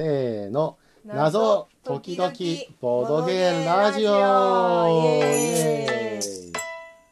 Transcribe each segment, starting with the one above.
せーの、 謎時々 時々 ボドゲラジオイエーイイエーイ。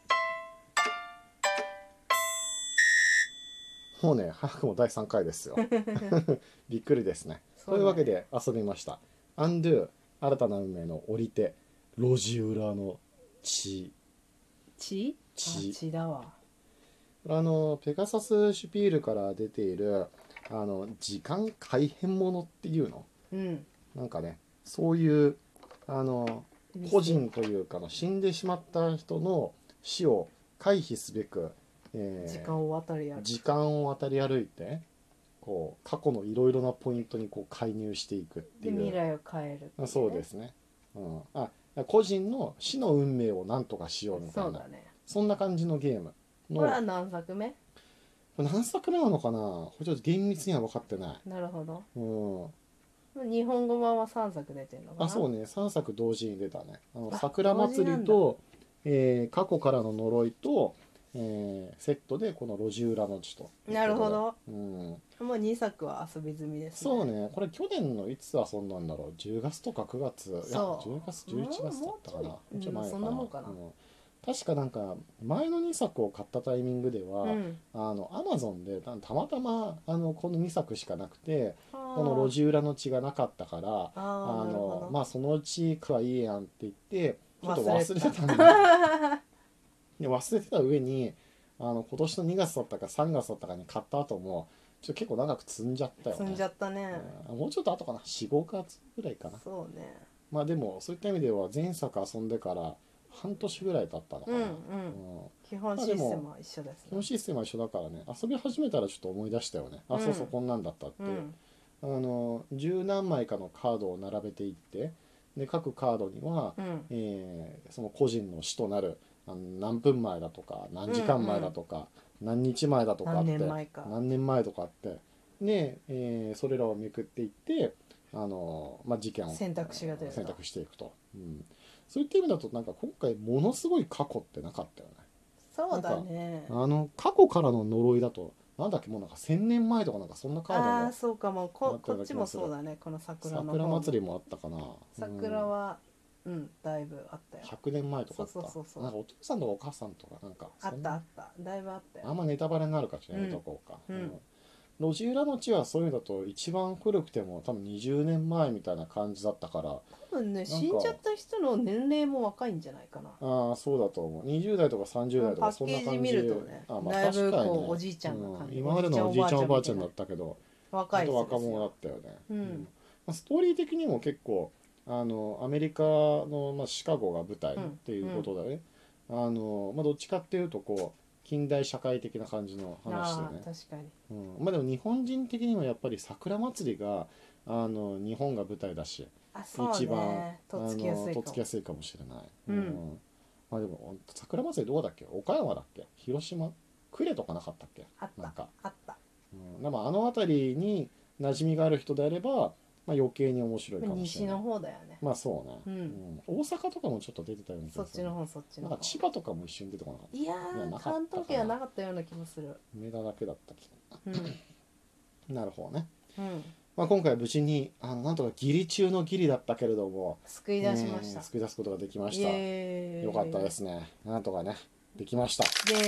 もうね、早くも第3回ですよ。びっくりですね。 そうねというわけで遊びました。アンドゥ、新たな運命の降り手、路地裏の血。 血血だわ。 ペガサス・シュピールから出ている時間改変者っていうの、なんかね、そういう個人というか死んでしまった人の死を回避すべく、 時間を渡り歩いてこう過去のいろいろなポイントにこう介入していくっていう。 で未来を変えるっていうね。 そうですね、個人の死の運命を何とかしようみたいな、 そうだね。 そんな感じのゲームの。 これは何作目？ 何作目なのかな、これちょっと厳密には分かってない。 なるほど。 うん、 日本語版は3作出てるのかな。 そうね、3作同時に出たね。 あ桜祭りと、過去からの呪いと、セットでこの路地裏の地と。 なるほど。 もう2作は遊び済みですね。 そうね、これ去年のいつ遊んだんだろう、10月とか9月、いや10月11月だったかな、もうちょい前かな、 そんなもんかな。 確かなんか前の2作を買ったタイミングでは、アマゾンでたまたまこの2作しかなくて、この路地裏の血がなかったから、そのうちはいいやんって言ってちょっと忘れてたんだで忘れてた上に今年の2月だったか3月だったかに買った後もちょっと結構長く積んじゃったよね。 積んじゃったね。 もうちょっと後かな、4、5月ぐらいかな。 そうね。 まあでもそういった意味では前作遊んでから半年ぐらい経ったのかな。 基本システムは一緒ですね。 基本システムは一緒だからね、遊び始めたらちょっと思い出したよね。そうそう、こんなんだったって。十何枚かのカードを並べていって、で各カードには、その個人の死となる何分前だとか何時間前だとか、何日前だとかあって、何年前とかあってで、それらをめくっていって事件を選択肢が出る選択していくと。そういった意味だとなんか今回ものすごい過去ってなかったよね。 そうだね。 過去からの呪いだとなんだっけ、もうなんか1000年前とかなんかそんなカードもそうかも。こっちもそうだね。この桜祭りもあったかな。 桜はだいぶあったよ。 100年前とかあった。 そうなんかお父さんとかお母さんとかなんかあっただいぶあったよ。 あんまネタバレになるかちょっとやめとこうか。路地裏の地はそういうのだと一番古くても多分20年前みたいな感じだったから、多分ね、死んじゃった人の年齢も若いんじゃないかな。 そうだと思う。20代とか30代とかそんな感じ。 パッケージ見るとね、だいぶこうおじいちゃんな感じ。 今までのおじいちゃんおばあちゃんだったけど若い人若者だったよね。ストーリー的にも結構アメリカの、シカゴが舞台っていうことだね。どっちかっていうとこう近代社会的な感じの話でね。 確かに。 でも日本人的にはやっぱり桜祭りが日本が舞台だし、一番とっつきやすいかもしれない。でも桜祭りどこだっけ、岡山だっけ、広島呉とかなかったっけ。 あった。 でも辺りに馴染みがある人であれば余計に面白いかもしれない。 西の方だよね。 そうね。大阪とかもちょっと出てたような気がする。 そっちの方。 なんか千葉とかも一瞬出てこなかった。 いやー、関東圏はなかったような気もする。 梅田だけだった気が。なるほどね。今回は無事になんとかギリ中のギリだったけれども救い出しました。 救い出すことができました。よかったですね。なんとかねできました。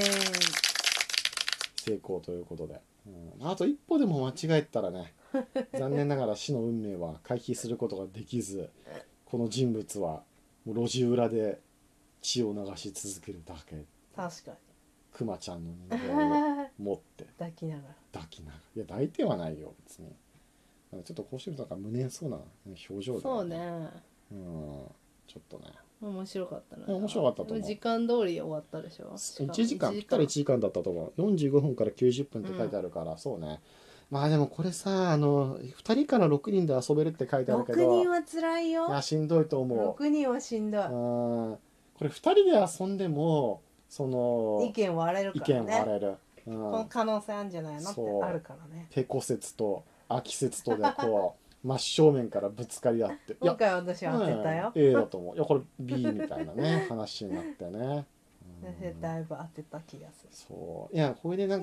成功ということで、あと一歩でも間違えたらね残念ながら死の運命は回避することができず、この人物はもう路地裏で血を流し続けるだけ。 確かにクマちゃんの人形を持って抱きながら。 いや抱いてはないよ別に。ちょっとこうしてるとなんか無念そうな表情で、 そうね。 ちょっとね面白かったな。 面白かったと思う。 時間通り終わったでしょ。 1時間ぴったり1時間だったと思う。45分から90分って書いてあるから、そうね。でもこれさ2人から6人で遊べるって書いてあるけど 6人は辛いよ。 いやしんどいと思う。 6人はしんどい。 これ2人で遊んでもその意見割れるからね。 意見割れる、 この可能性あるんじゃないのってあるからね。 ペコ説と秋説とでこう真正面からぶつかり合って今回私は当てたよ。 A だと思う。いやこれ B みたいなね話になってね。 だいぶ当てた気がする。 そういやこれでなんか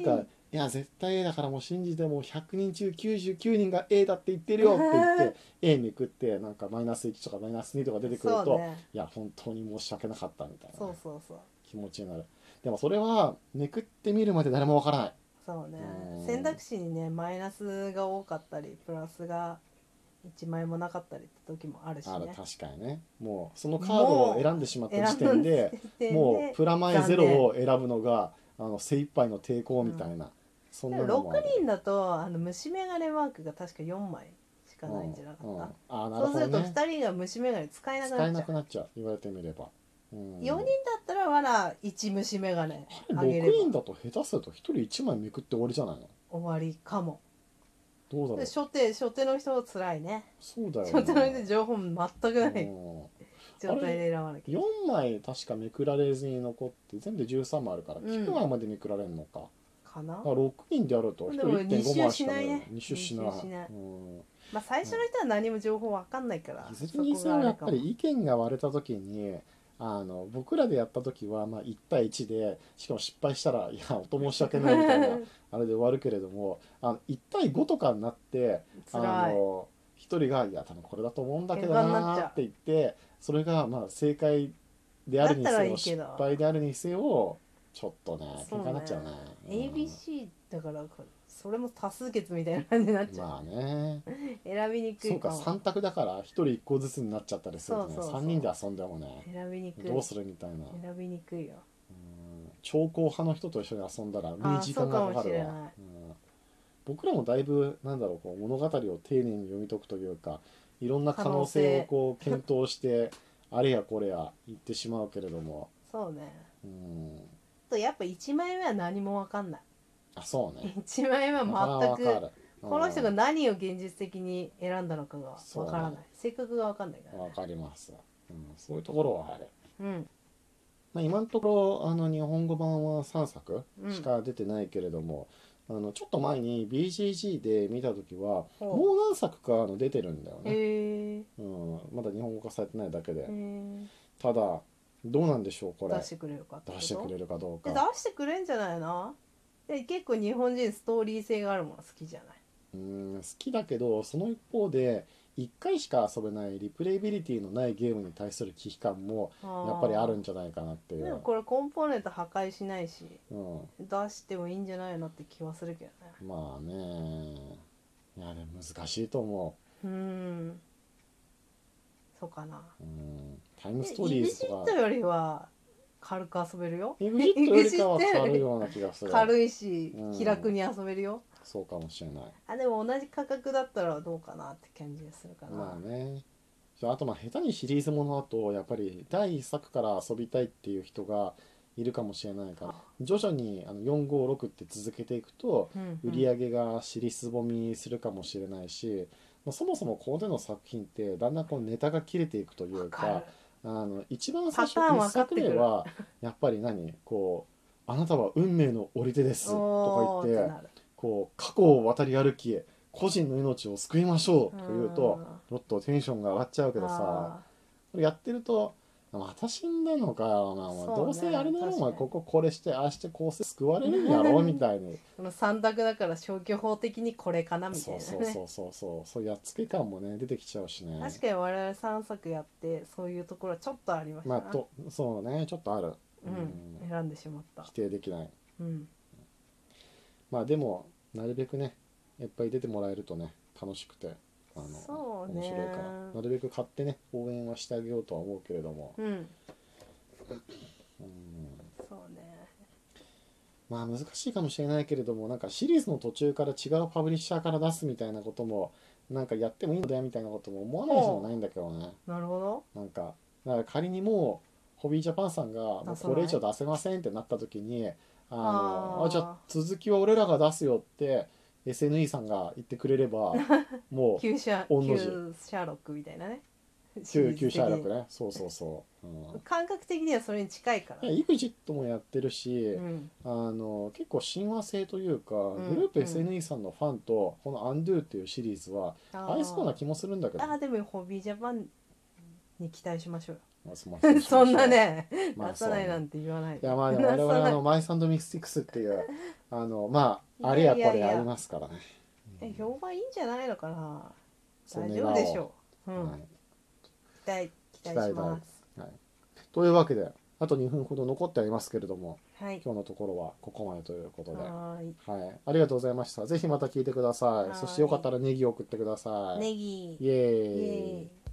いや絶対 A だからもう信じてもう100人中99人が A だって言ってるよって言ってA めくってなんかマイナス1とかマイナス2とか出てくると、 そうね、 いや本当に申し訳なかったみたいなね、 そうそうそう気持ちになる。でもそれはめくってみるまで誰もわからない。 そうね、 うん選択肢にねマイナスが多かったりプラスが1枚もなかったりって時もあるしある、 ね。 確かにね。もうそのカードを選んでしまった時点でもうプラマイゼロを選ぶのが精一杯の抵抗みたいな、そんなのもある。 6人だと虫眼鏡マークが確か4枚しかないんじゃなかった、 ああなそうするとるほどね。 2人が虫眼鏡使えなく使えなっちゃう。 なくなっちゃう、言われてみれば。 4人だったらわら1虫眼鏡あげれ 6人ばだと下手すると1人1枚めくって終わりじゃないの。 終わりかも。 どうだろう。 で初手の人は辛いね。 そうだよね。 初手の人情報全くないうん状態で選ばなきゃ。 4枚確かめくられずに残って全部で13枚あるからうん 9枚までめくられるのか、 かな。 6人でやると1人でも 1.5枚しか二周しないね 2周しない二周しないうんまあ最初の人は何も情報わかんないから、 いずれにせよやっぱり意見が割れた時に僕らでやった時はまあ1対1でしかも失敗したらいやおと申し訳ないみたいなあれで終わるけれども1対5とかになって辛い。 一人が「いや多分これだと思うんだけど喧嘩になっちゃうな」って言ってそれがまあ正解であるにだったらいせよいけど失敗であるにせよちょっとねそうね喧嘩になっちゃうね。 ABC だからそれも多数決みたいな感じになっちゃう、 まあね選びにくそかいうかも。 3択だから1人1個ずつになっちゃったりするとねそうそうそう 3人で遊んでもね選びにくい。 どうするみたいな。 選びにくいよ。 長考派の人と一緒に遊んだら時間がかかるわ。 そうかもしれない僕らもだいぶなんだろうこう物語を丁寧に読み解くというかいろんな可能性をこう検討してあれやこれや言ってしまうけれどもそうね。 うんとやっぱ1枚目は何もわかんない。 あそうね 1枚目は全くわかるこの人が何を現実的に選んだのかがわからない。性格がわかんないからわね。 かります、そういうところはある。 うんまあ、今のところ日本語版は3作しか出てないけれども、ちょっと前に BGG で見た時はほうもう何作か出てるんだよね、 へえまだ日本語化されてないだけで、 へただどうなんでしょうこれ出してくれるかってこと出してくれるかどうでか。 出してくれんじゃないの。で結構日本人ストーリー性があるもの好きじゃない。 好きだけどその一方で1回しか遊べないリプレイビリティのないゲームに対する危機感もやっぱりあるんじゃないかなっていう。 でもこれコンポーネント破壊しないしうん出してもいいんじゃないのって気はするけどね。 まあねいやでも難しいと思そうかな。 う、タイムストーリーズとか EXIT よりは軽く遊べるよ。 EXIT よりかは軽いような気がする。 軽いしうん気楽に遊べるよ。 そうかもしれない。 あでも同じ価格だったらどうかなって感じがするかな。 まあねあとまあ下手にシリーズものだとやっぱり第1作から遊びたいっていう人がいるかもしれないから徐々に456って続けていくと売り上げが尻すぼみするかもしれないし、そもそもここでの作品ってだんだんこうネタが切れていくというか一番最初パターン 1 分かってくる作目はやっぱりこうあなたは運命の織手ですとか言ってこう過去を渡り歩き個人の命を救いましょうというともっとテンションが上がっちゃうけどさこれやってるとまた死んだのかよ、まあ、どうせあれだろお前これしてああしてこうして救われるんやろみたいにこの3択だから消去法的にこれかなみたいなね。 そうやっつけ感もね出てきちゃうしね。 確かに我々3作やってそういうところはちょっとありましたな。 そうねちょっとある、 選んでしまった。 否定できない、 うん、 まあでもなるべくねいっぱい出てもらえるとね楽しくてそうね面白いからなるべく買ってね応援はしてあげようとは思うけれども、 そうねまあ難しいかもしれないけれどもなんかシリーズの途中から違うパブリッシャーから出すみたいなこともなんかやってもいいのだよみたいなことも思わないじゃないんだけどね。 なるほど。 なんかだから仮にもうホビージャパンさんがもうこれ以上出せませんってなった時にじゃあ続きは俺らが出すよって SNE さんが言ってくれればもう旧シャーロックみたいなね。 旧シャーロックねそう、 感覚的にはそれに近いから。 EXIT もやってるし、結構親和性というか、グループ SNE さんのファンとこの Undo っていうシリーズは合いそうな気もするんだけど。 でもホビージャパンに期待しましょうまあよそんなねまあ出さないなんて言わないいやまあでも我々マイサンドミスティクスっていうまああれやこれありますからね。 評判いいんじゃないのかな。 そう大丈夫でしょう。 はい、 期待します。 はい、というわけであと2分ほど残ってありますけれども、 はい、 今日のところはここまでということで、 はい、 ありがとうございました。ぜひまた聞いてください。そしてよかったらネギを送ってください。 ネギイエーイ。